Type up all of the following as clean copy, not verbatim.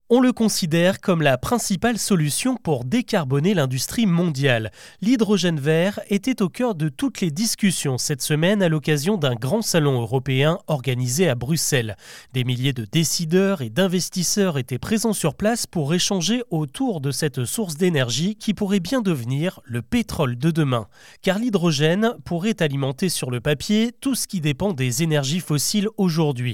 On le considère comme la principale solution pour décarboner l'industrie mondiale. L'hydrogène vert était au cœur de toutes les discussions cette semaine à l'occasion d'un grand salon européen organisé à Bruxelles. Des milliers de décideurs et d'investisseurs étaient présents sur place pour échanger autour de cette source d'énergie qui pourrait bien devenir le pétrole de demain. Car l'hydrogène pourrait alimenter sur le papier tout ce qui dépend des énergies fossiles aujourd'hui.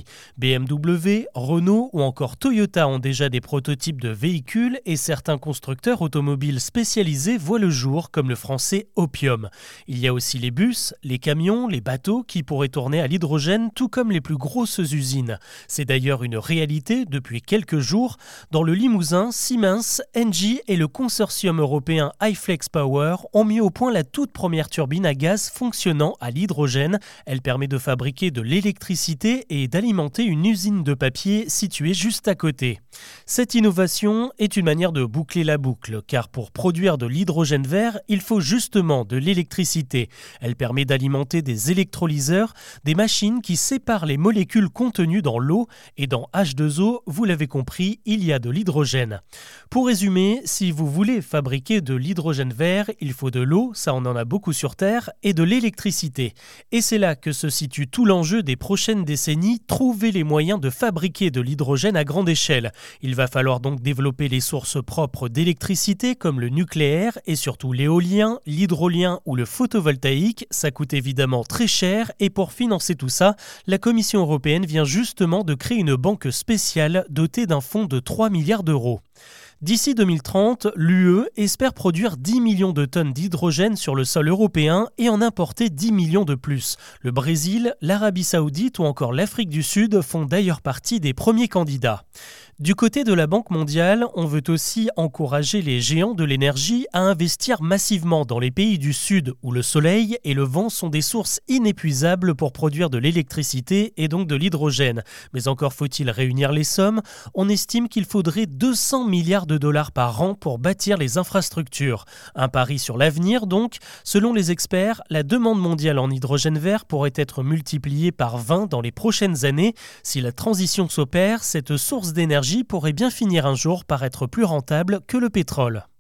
BMW, Renault ou encore Toyota ont déjà des prototypes de véhicules et certains constructeurs automobiles spécialisés voient le jour comme le français Opium. Il y a aussi les bus, les camions, les bateaux qui pourraient tourner à l'hydrogène tout comme les plus grosses usines. C'est d'ailleurs une réalité depuis quelques jours. Dans le Limousin, Siemens, Engie et le consortium européen HyFlex Power ont mis au point la toute première turbine à gaz fonctionnant à l'hydrogène. Elle permet de fabriquer de l'électricité et d'alimenter une usine de papier située juste à côté. Cette innovation est une manière de boucler la boucle, car pour produire de l'hydrogène vert, il faut justement de l'électricité. Elle permet d'alimenter des électrolyseurs, des machines qui séparent les molécules contenues dans l'eau, et dans H2O, vous l'avez compris, il y a de l'hydrogène. Pour résumer, si vous voulez fabriquer de l'hydrogène vert, il faut de l'eau, ça on en a beaucoup sur Terre, et de l'électricité. Et c'est là que se situe tout l'enjeu des prochaines décennies, trouver les moyens de fabriquer de l'hydrogène à grande échelle. Il va falloir donc développer les sources propres d'électricité comme le nucléaire et surtout l'éolien, l'hydrolien ou le photovoltaïque. Ça coûte évidemment très cher et pour financer tout ça, la Commission européenne vient justement de créer une banque spéciale dotée d'un fonds de 3 milliards d'euros. D'ici 2030, l'UE espère produire 10 millions de tonnes d'hydrogène sur le sol européen et en importer 10 millions de plus. Le Brésil, l'Arabie Saoudite ou encore l'Afrique du Sud font d'ailleurs partie des premiers candidats. Du côté de la Banque mondiale, on veut aussi encourager les géants de l'énergie à investir massivement dans les pays du Sud où le soleil et le vent sont des sources inépuisables pour produire de l'électricité et donc de l'hydrogène. Mais encore faut-il réunir les sommes. On estime qu'il faudrait 200 milliards de dollars par an pour bâtir les infrastructures. Un pari sur l'avenir donc. Selon les experts, la demande mondiale en hydrogène vert pourrait être multipliée par 20 dans les prochaines années. Si la transition s'opère, cette source d'énergie pourrait bien finir un jour par être plus rentable que le pétrole.